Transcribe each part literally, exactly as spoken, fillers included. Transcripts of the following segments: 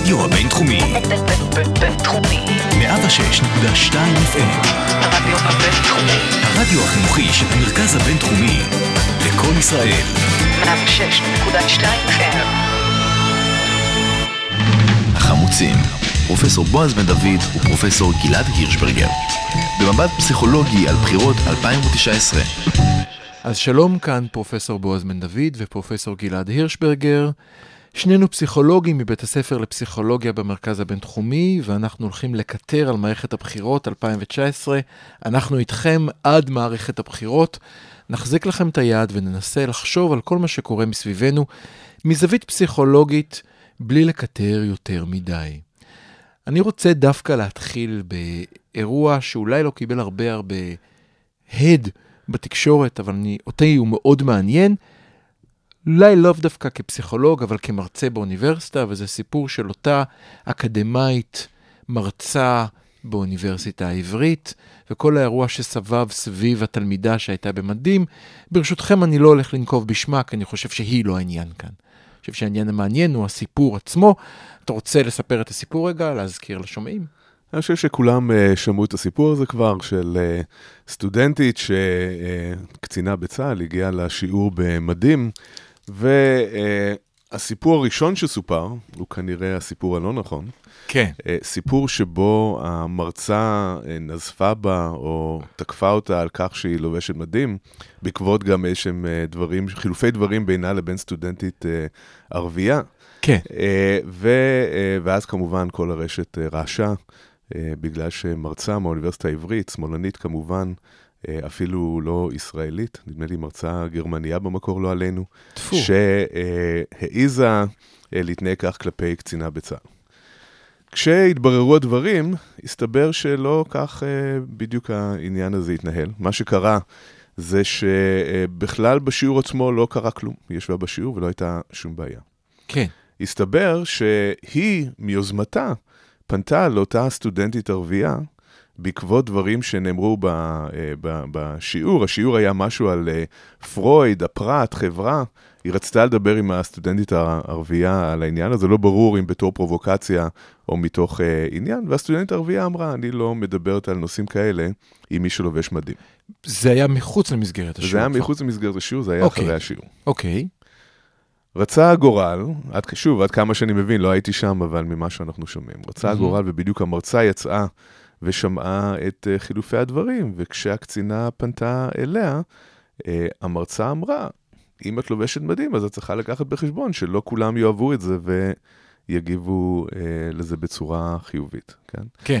הרדיו הבינתחומי. בינתחומי. מאה ושש נקודה שתיים אף אם. הרדיו הבינתחומי. הרדיו החינוכי של המרכז הבינתחומי. לכל ישראל. מאה ושש נקודה שתיים אף אם. החמוצים. פרופסור בועז בן דוד ופרופסור גלעד הירשברגר. במבט פסיכולוגי על בחירות אלפיים ותשע עשרה. אז שלום, כאן פרופסור בועז בן דוד ופרופסור גלעד הירשברגר. שנינו פסיכולוגים מבית הספר לפסיכולוגיה במרכז הבינתחומי, ואנחנו הולכים לקטר על מערכת הבחירות אלפיים ותשע עשרה. אנחנו איתכם עד מערכת הבחירות. נחזיק לכם את היד וננסה לחשוב על כל מה שקורה מסביבנו, מזווית פסיכולוגית, בלי לקטר יותר מדי. אני רוצה דווקא להתחיל באירוע שאולי לא קיבל הרבה הרבה הד בתקשורת, אבל אני, אותי הוא מאוד מעניין, אולי לא דווקא כפסיכולוג, אבל כמרצה באוניברסיטה, וזה סיפור של אותה אקדמאית מרצה באוניברסיטה העברית, וכל האירוע שסבב סביב התלמידה שהייתה במדים. ברשותכם אני לא הולך לנקוב בשמה, כי אני חושב שהיא לא העניין כאן. אני חושב שהעניין המעניין הוא הסיפור עצמו. אתה רוצה לספר את הסיפור רגע, להזכיר לשומעים? אני חושב שכולם uh, שמעו את הסיפור הזה כבר, של uh, סטודנטית שקצינה uh, בצה"ל, הגיעה לשיעור במדים, והסיפור uh, הראשון שסופר, הוא כנראה הסיפור הלא נכון. כן. Uh, סיפור שבו המרצה uh, נזפה בה, או תקפה אותה על כך שהיא לובשת מדים, בעקבות גם איזשהם uh, דברים, חילופי דברים בינה לבין סטודנטית uh, ערבייה. כן. Uh, ו, uh, ואז כמובן כל הרשת uh, רעשה, Uh, בגלל שמרצה מהאוניברסיטה העברית, שמאלנית כמובן, uh, אפילו לא ישראלית, נדמה לי מרצה גרמניה במקור לא עלינו, שהעיזה uh, uh, להתנהג כך כלפי קצינה בצה"ל. כשהתבררו הדברים, הסתבר שלא כך uh, בדיוק העניין הזה התנהל. מה שקרה זה שבכלל uh, בשיעור עצמו לא קרה כלום. היא ישבה בשיעור ולא הייתה שום בעיה. כן. הסתבר שהיא מיוזמתה, פנתה לאותה סטודנטית ערבייה, בעקבות דברים שנאמרו ב, ב, בשיעור. השיעור היה משהו על פרויד, הפרט, חברה. היא רצתה לדבר עם הסטודנטית הערבייה על העניין, אז זה לא ברור אם בתור פרובוקציה או מתוך עניין, והסטודנטית הערבייה אמרה, אני לא מדברת על נושאים כאלה עם מי שלובש מדים. זה היה מחוץ למסגרת השיעור. זה היה מחוץ למסגרת השיעור, זה היה אוקיי. אחרי השיעור. אוקיי. רצה הגורל, עד, שוב, עד כמה שאני מבין, לא הייתי שם, אבל ממה שאנחנו שומעים. רצה הגורל, ובדיוק המרצה יצאה ושמעה את uh, חילופי הדברים, וכשהקצינה פנתה אליה, uh, המרצה אמרה, אם את לובשת מדים, אז את צריכה לקחת בחשבון שלא כולם יאהבו את זה, ויגיבו uh, לזה בצורה חיובית. כן? כן.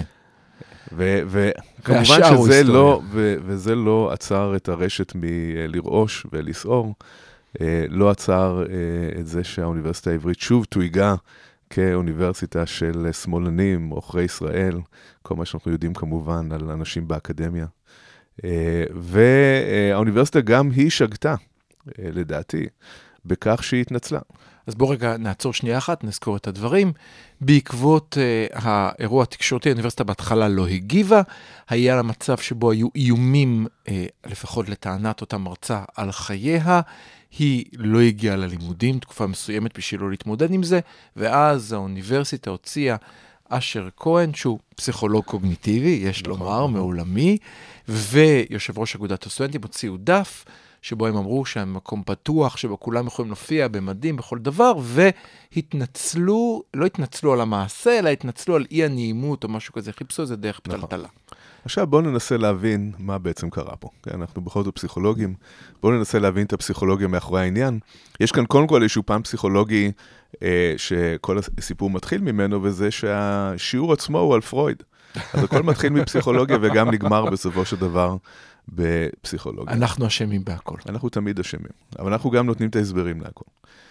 וכמובן שזה לא, ו- וזה לא עצר את הרשת מלרעוש ולסעור, Uh, לא עצר uh, את זה שהאוניברסיטה העברית שוב תויגה כאוניברסיטה של uh, שמאלנים, עוכרי ישראל, כל מה שאנחנו יודעים כמובן על אנשים באקדמיה. Uh, והאוניברסיטה גם היא שגתה, uh, לדעתי, בכך שהיא התנצלה. אז בואו רגע נעצור שנייה אחת, נזכור את הדברים. בעקבות uh, האירוע התקשורתי, האוניברסיטה בהתחלה לא הגיבה, היה למצב שבו היו איומים, uh, לפחות לטענת אותה מרצה, על חייה, היא לא הגיעה ללימודים, תקופה מסוימת בשביל לא להתמודד עם זה, ואז האוניברסיטה הוציאה אשר כהן, שהוא פסיכולוג קוגניטיבי, יש לומר, מעולמי, ויושב ראש אגודת הסטודנטים הוציאו דף, שבו הם אמרו שהמקום פתוח, שבו כולם יכולים להופיע במדים בכל דבר, והתנצלו, לא התנצלו על המעשה, אלא התנצלו על אי הנעימות או משהו כזה, חיפשו איזה דרך פתלתלה. עכשיו בואו ננסה להבין מה בעצם קרה פה. אנחנו בכל זאת פסיכולוגים, בואו ננסה להבין את הפסיכולוגיה מאחורי העניין. יש כאן קודם כל איזשהו פעם פסיכולוגי אה, שכל הסיפור מתחיל ממנו, וזה שהשיעור עצמו הוא על פרויד. אז הכל מתחיל מפסיכולוגיה וגם נגמר בסופו של דבר בפסיכולוגיה. אנחנו אשמים בהכל. אנחנו תמיד אשמים, אבל אנחנו גם נותנים את ההסברים להכל.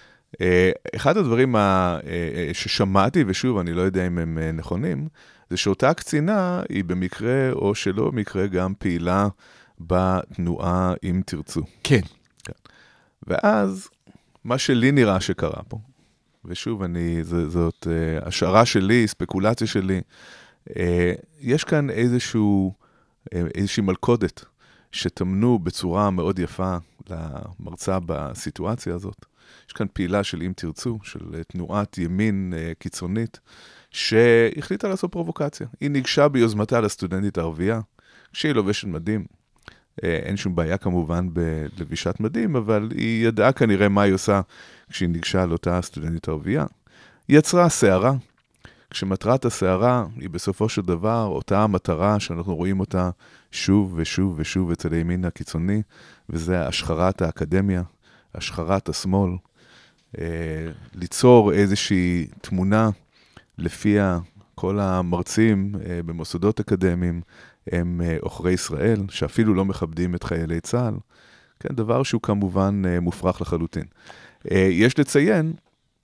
אחד הדברים ששמעתי, ושוב, אני לא יודע אם הם נכונים, זה שאותה קצינה היא במקרה או שלא במקרה גם פעילה בתנועה אם תרצו. כן. כן. ואז, מה שלי נראה שקרה פה, ושוב, אני, ז, זאת uh, השערה שלי, ספקולציה שלי, uh, יש כאן איזשהו, uh, איזושהי מלכודת שתמנו בצורה מאוד יפה למרצה בסיטואציה הזאת. יש כאן פעילה של אם תרצו, של תנועת ימין קיצונית, שהחליטה לעשות פרובוקציה. היא ניגשה ביוזמתה לסטודנטית הערבייה, כשהיא לובשת מדים. אין שום בעיה כמובן בלבישת מדים, אבל היא ידעה כנראה מה היא עושה כשהיא ניגשה לאותה סטודנטית ערבייה. היא יצרה סערה, כשמטרת הסערה היא בסופו של דבר אותה המטרה שאנחנו רואים אותה שוב ושוב ושוב אצל הימין הקיצוני, וזה השחרת האקדמיה, השחרת השמאל, ליצור איזושהי תמונה לפיה כל המרצים במוסדות אקדמיים הם עוכרי ישראל, שאפילו לא מכבדים את חיילי צה"ל, כן, דבר שהוא כמובן מופרך לחלוטין. יש לציין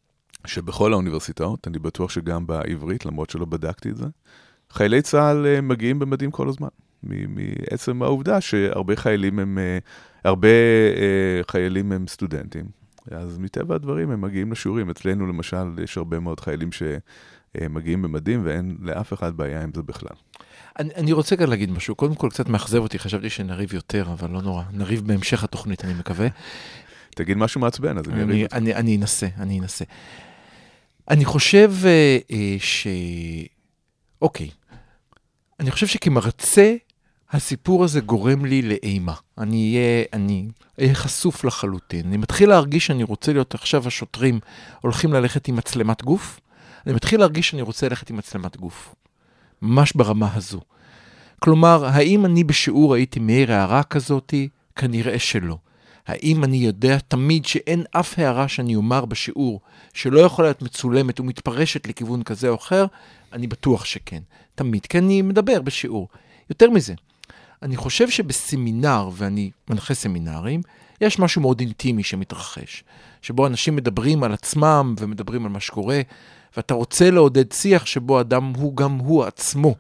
שבכל האוניברסיטאות, אני בטוח שגם בעברית, למרות שלא בדקתי את זה, חיילי צה"ל מגיעים במדים כל הזמן, מעצם העובדה שהרבה חיילים הם, הרבה חיילים הם סטודנטים, אז מטבע הדברים הם מגיעים לשיעורים. אצלנו למשל יש הרבה מאוד חיילים שמגיעים במדים, ואין לאף אחד בעיה עם זה בכלל. אני, אני רוצה כאן להגיד משהו, קודם כל קצת מאכזב אותי, חשבתי שנריב יותר, אבל לא נורא, נריב בהמשך התוכנית, אני מקווה. תגיד משהו מעצבן, אז אני אריב. אני, אני, אני אנסה, אני אנסה. אני חושב אה, אה, ש... אוקיי, אני חושב שכמרצה, הסיפור הזה גורם לי לאימה. אני אהיה, אני אהיה חשוף לחלוטין. אני מתחיל להרגיש שאני רוצה להיות, עכשיו השוטרים הולכים ללכת עם מצלמת גוף, אני מתחיל להרגיש שאני רוצה ללכת עם מצלמת גוף. ממש ברמה הזו. כלומר, האם אני בשיעור הייתי מעיר הערה כזאת? כנראה שלא. האם אני יודע תמיד שאין אף הערה שאני אומר בשיעור שלא יכולה להיות מצולמת ומתפרשת לכיוון כזה או אחר? אני בטוח שכן. תמיד, כי אני מדבר בשיעור. יותר מזה, אני חושב שבסמינר, ואני מנחה סמינרים, יש משהו מאוד אינטימי שמתרחש, שבו אנשים מדברים על עצמם ומדברים על מה שקורה, ואתה רוצה לעודד שיח שבו אדם הוא גם הוא עצמו,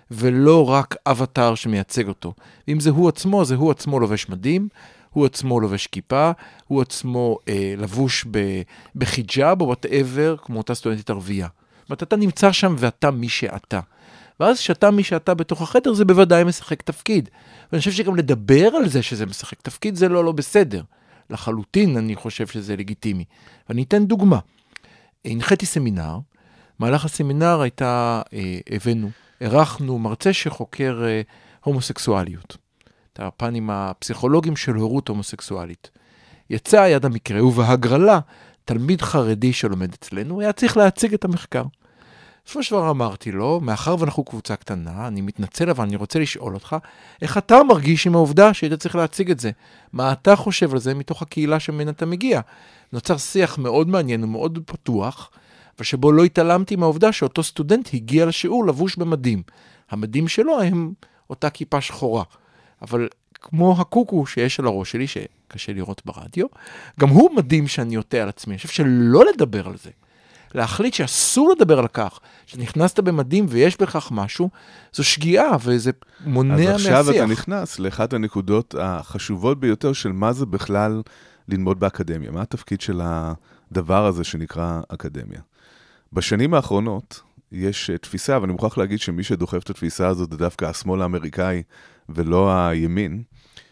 ולא רק אבטר שמייצג אותו. ואם זה הוא עצמו, זה הוא עצמו לובש מדים, הוא עצמו לובש כיפה, הוא עצמו אה, לבוש ב- בחיג'אב או whatever, כמו אותה סטודנטית ערבייה. זאת אומרת, אתה נמצא שם ואתה מי שאתה. ואז שאתה מי שאתה בתוך החדר, זה בוודאי משחק תפקיד. ואני חושב שגם לדבר על זה שזה משחק תפקיד, זה לא לא בסדר. לחלוטין אני חושב שזה לגיטימי. ואני אתן דוגמה. הנחיתי סמינר, מהלך הסמינר הייתה, אה, הבאנו, ערכנו מרצה שחוקר אה, הומוסקסואליות. את הפנים הפסיכולוגיים של הורות הומוסקסואלית. יצא יד המקרה, ובהגרלה, תלמיד חרדי שלומד אצלנו, היה צריך להציג את המחקר. בסופו של דבר אמרתי לו, מאחר ואנחנו קבוצה קטנה, אני מתנצל, אבל אני רוצה לשאול אותך, איך אתה מרגיש עם העובדה שהיית צריך להציג את זה? מה אתה חושב על זה מתוך הקהילה שממנה אתה מגיע? נוצר שיח מאוד מעניין ומאוד פתוח, ושבו לא התעלמתי מהעובדה שאותו סטודנט הגיע לשיעור לבוש במדים. המדים שלו הם אותה כיפה שחורה. אבל כמו הקוקו שיש על הראש שלי, שקשה לראות ברדיו, גם הוא מדים שאני יוטה על עצמי. אני חושב שלא לדבר על זה. להחליט שאסור לדבר על כך, שנכנסת במדים ויש בכך משהו, זו שגיאה וזה מונע מהשיח. אז עכשיו אתה נכנס לאחת הנקודות החשובות ביותר של מה זה בכלל ללמוד באקדמיה. מה התפקיד של הדבר הזה שנקרא אקדמיה? בשנים האחרונות יש תפיסה, ואני מוכרח להגיד שמי שדוחף את התפיסה הזאת זה דווקא השמאל האמריקאי ולא הימין,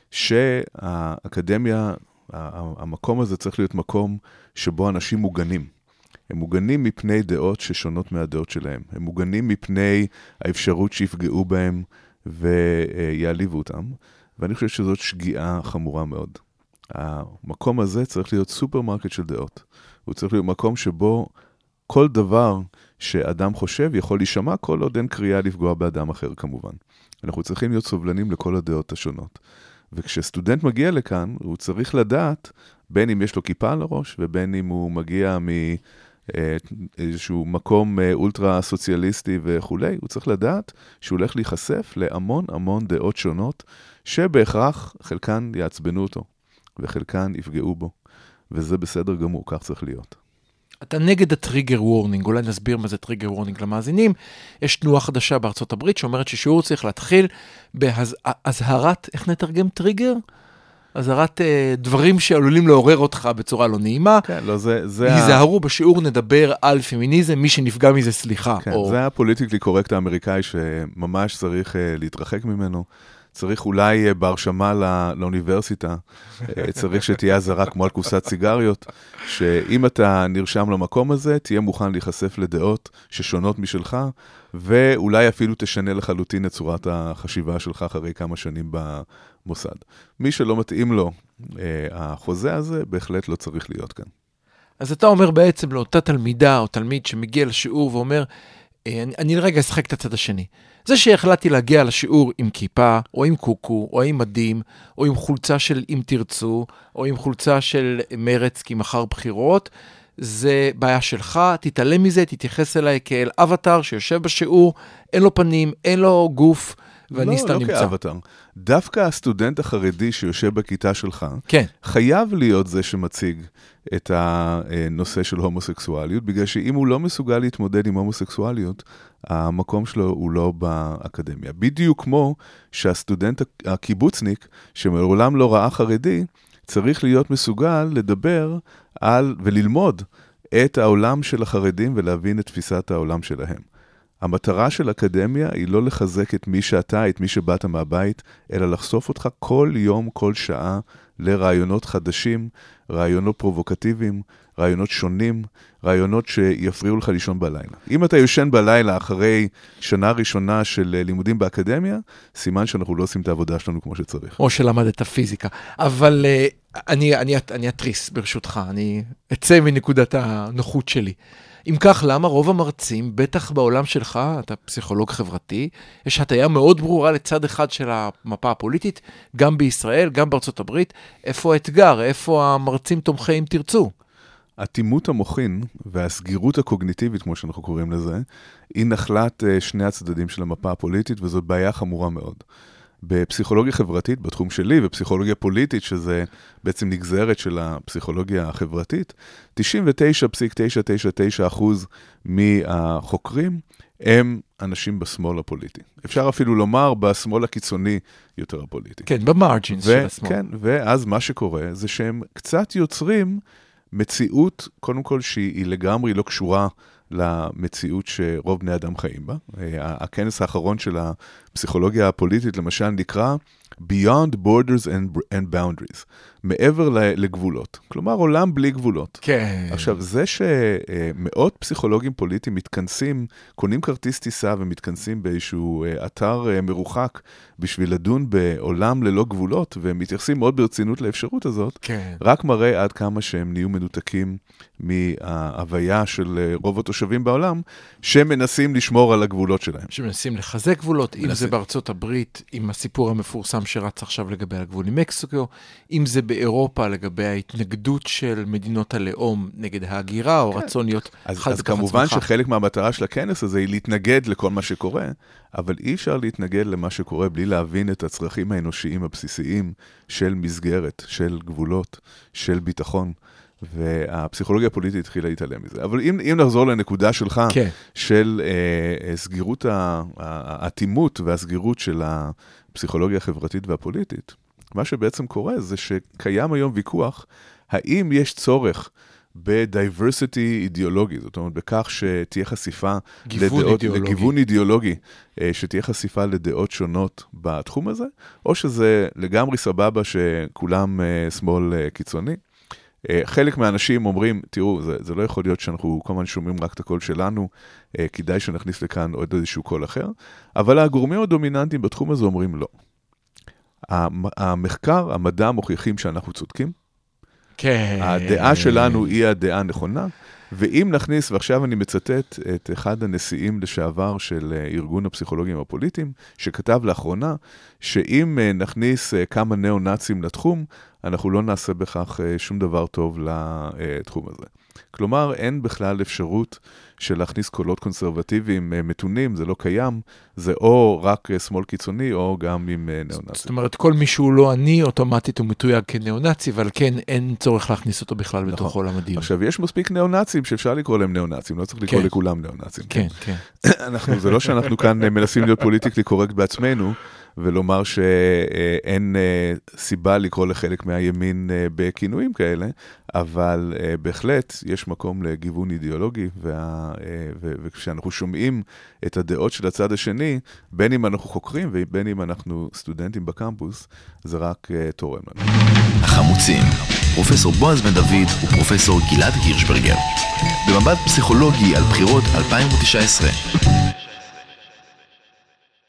שהאקדמיה, המקום הזה צריך להיות מקום שבו אנשים מוגנים. הם מוגנים מפני דעות ששונות מהדעות שלהם. הם מוגנים מפני האפשרות שיפגעו בהם ויעליבו אותם. ואני חושב שזאת שגיאה חמורה מאוד. המקום הזה צריך להיות סופרמרקט של דעות. הוא צריך להיות מקום שבו כל דבר שאדם חושב יכול להישמע, כל עוד אין קריאה לפגוע באדם אחר כמובן. אנחנו צריכים להיות סובלנים לכל הדעות השונות. וכשסטודנט מגיע לכאן, הוא צריך לדעת, בין אם יש לו כיפה על הראש, ובין אם הוא מגיע מאיזשהו מקום אולטרה סוציאליסטי וכו', הוא צריך לדעת שהוא הולך להיחשף להמון המון דעות שונות, שבהכרח חלקן יעצבנו אותו, וחלקן יפגעו בו. וזה בסדר גמור, כך צריך להיות. אתה נגד הטריגר וורנינג, אולי נסביר מה זה טריגר וורנינג למאזינים. יש תנועה חדשה בארצות הברית שאומרת ששיעור צריך להתחיל בהזהרת, איך נתרגם טריגר? הזהרת אה, דברים שעלולים לעורר אותך בצורה לא נעימה. כן, לא, זה... זה היזהרו, ה... בשיעור נדבר על פמיניזם, מי שנפגע מזה סליחה. כן, או... זה הפוליטיקלי קורקט האמריקאי שממש צריך אה, להתרחק ממנו. צריך אולי בהרשמה לא, לאוניברסיטה, צריך שתהיה הזרה כמו על קופסת סיגריות, שאם אתה נרשם למקום הזה, תהיה מוכן להיחשף לדעות ששונות משלך, ואולי אפילו תשנה לחלוטין את צורת החשיבה שלך אחרי כמה שנים במוסד. מי שלא מתאים לו החוזה הזה, בהחלט לא צריך להיות כאן. אז אתה אומר בעצם לאותה תלמידה או תלמיד שמגיע לשיעור ואומר, אני, אני רגע אשחק את הצד השני. זה שהחלטתי להגיע לשיעור עם כיפה, או עם קוקו, או עם מדים, או עם חולצה של אם תרצו, או עם חולצה של מרץ כי מחר בחירות, זה בעיה שלך, תתעלם מזה, תתייחס אליי כאל אבטר שיושב בשיעור, אין לו פנים, אין לו גוף, ואני סתם נמצא. לא, לא כאבטר. דווקא הסטודנט החרדי שיושב בכיתה שלך, כן. חייב להיות זה שמציג את הנושא של הומוסקסואליות, בגלל שאם הוא לא מסוגל להתמודד עם הומוסקסואליות, המקום שלו הוא לא באקדמיה. בדיוק כמו שהסטודנט הקיבוצניק, שמעולם לא ראה חרדי, צריך להיות מסוגל לדבר על וללמוד את העולם של החרדים ולהבין את תפיסת העולם שלהם. המטרה של אקדמיה היא לא לחזק את מי שאתה, את מי שבאת מהבית, אלא לחשוף אותך כל יום, כל שעה, לרעיונות חדשים, רעיונות פרובוקטיביים, רעיונות שונים, רעיונות שיפריעו לך לישון בלילה. אם אתה יושן בלילה אחרי שנה ראשונה של לימודים באקדמיה, סימן שאנחנו לא עושים את העבודה שלנו כמו שצריך. או שלמדת פיזיקה. אבל uh, אני, אני, אני אטריס ברשותך, אני אצא מנקודת הנוחות שלי. אם כך, למה רוב המרצים, בטח בעולם שלך, אתה פסיכולוג חברתי, יש הטיה מאוד ברורה לצד אחד של המפה הפוליטית, גם בישראל, גם בארצות הברית, איפה האתגר, איפה המרצים תומכי אם תרצו? התימות המוחין והסגירות הקוגניטיבית, כמו שאנחנו קוראים לזה, היא נחלת שני הצדדים של המפה הפוליטית, וזאת בעיה חמורה מאוד. בפסיכולוגיה חברתית, בתחום שלי, ופסיכולוגיה פוליטית, שזה בעצם נגזרת של הפסיכולוגיה החברתית, תשעים ותשע נקודה תשע תשע תשע אחוז מהחוקרים הם אנשים בשמאל הפוליטי. אפשר אפילו לומר בשמאל הקיצוני יותר הפוליטי. כן, במרג'ינס של השמאל. כן, ואז מה שקורה זה שהם קצת יוצרים מציאות, קודם כל שהיא לגמרי לא קשורה למציאות שרוב בני אדם חיים בה. הכנס האחרון של הפסיכולוגיה הפוליטית, למשל, נקרא Beyond Borders and, and Boundaries, מעבר לגבולות. כלומר, עולם בלי גבולות. כן. עכשיו, זה שמאות פסיכולוגים פוליטיים מתכנסים, קונים כרטיס טיסה ומתכנסים באיזשהו אתר מרוחק, בשביל לדון בעולם ללא גבולות, ומתייחסים מאוד ברצינות לאפשרות הזאת, כן. רק מראה עד כמה שהם נהיו מנותקים מההוויה של רוב התושבים בעולם, שמנסים לשמור על הגבולות שלהם. שמנסים לחזק גבולות, אם זה בארצות הברית, עם הסיפור המפורסם שרץ עכשיו לגבי הגבול עם מקסיקו, אם זה באירופה לגבי ההתנגדות של מדינות הלאום נגד ההגירה, או רצון להיות חד כף עצמך. אז כמובן שחלק מהמטרה של הכנס הזה היא להתנגד לכל מה שקורה, אבל אי אפשר להתנגד למה שקורה בלי להבין את הצרכים האנושיים הבסיסיים של מסגרת, של גבולות, של ביטחון. והפסיכולוגיה הפוליטית התחילה להתעלם מזה. אבל אם, אם נחזור לנקודה שלך, כן. של אה, סגירות, האטימות והסגירות של הפסיכולוגיה החברתית והפוליטית, מה שבעצם קורה זה שקיים היום ויכוח, האם יש צורך בדייברסיטי אידיאולוגי, זאת אומרת, בכך שתהיה חשיפה לדעות, אידיאולוגי. לגיוון אידיאולוגי, שתהיה חשיפה לדעות שונות בתחום הזה, או שזה לגמרי סבבה שכולם שמאל קיצוני. חלק מהאנשים אומרים, תראו, זה, זה לא יכול להיות שאנחנו כל הזמן שומעים רק את הקול שלנו, כדאי שנכניס לכאן עוד איזשהו קול אחר, אבל הגורמים הדומיננטיים בתחום הזה אומרים לא. המחקר, המדע מוכיחים שאנחנו צודקים, כן. הדעה שלנו היא הדעה הנכונה, ואם נכניס, ועכשיו אני מצטט את אחד הנשיאים לשעבר של ארגון הפסיכולוגים הפוליטיים, שכתב לאחרונה, שאם נכניס כמה נאו-נאצים לתחום, אנחנו לא נעשה בכך שום דבר טוב לתחום הזה. כלומר, אין בכלל אפשרות של להכניס קולות קונסרבטיביים מתונים, זה לא קיים, זה או רק שמאל קיצוני, או גם עם נאו-נאצים. זאת אומרת, כל מי שהוא לא אני, אוטומטית הוא מתויג כנאו-נאצי, אבל כן, אין צורך להכניס אותו בכלל נכון. בתוך עולם הדיון. עכשיו, יש מספיק נאו-נאצים שאפשר לקרוא להם נאו-נאצים, לא צריך לקרוא כן. לכולם נאו-נאצים. כן, כן. אנחנו, זה לא שאנחנו כאן מנסים להיות פוליטיקלי קורקט בעצמנו, ולומר שאין סיבה לקרוא לחלק מהימין בכינויים כאלה, אבל בהחלט יש מקום לגיוון אידיאולוגי, וה... וכשאנחנו שומעים את הדעות של הצד השני, בין אם אנחנו חוקרים ובין אם אנחנו סטודנטים בקמפוס, זה רק תורם לנו. החמוצים, פרופסור בועז בן דוד ופרופסור גלעד הירשברגר, במבט פסיכולוגי על בחירות אלפיים תשע עשרה.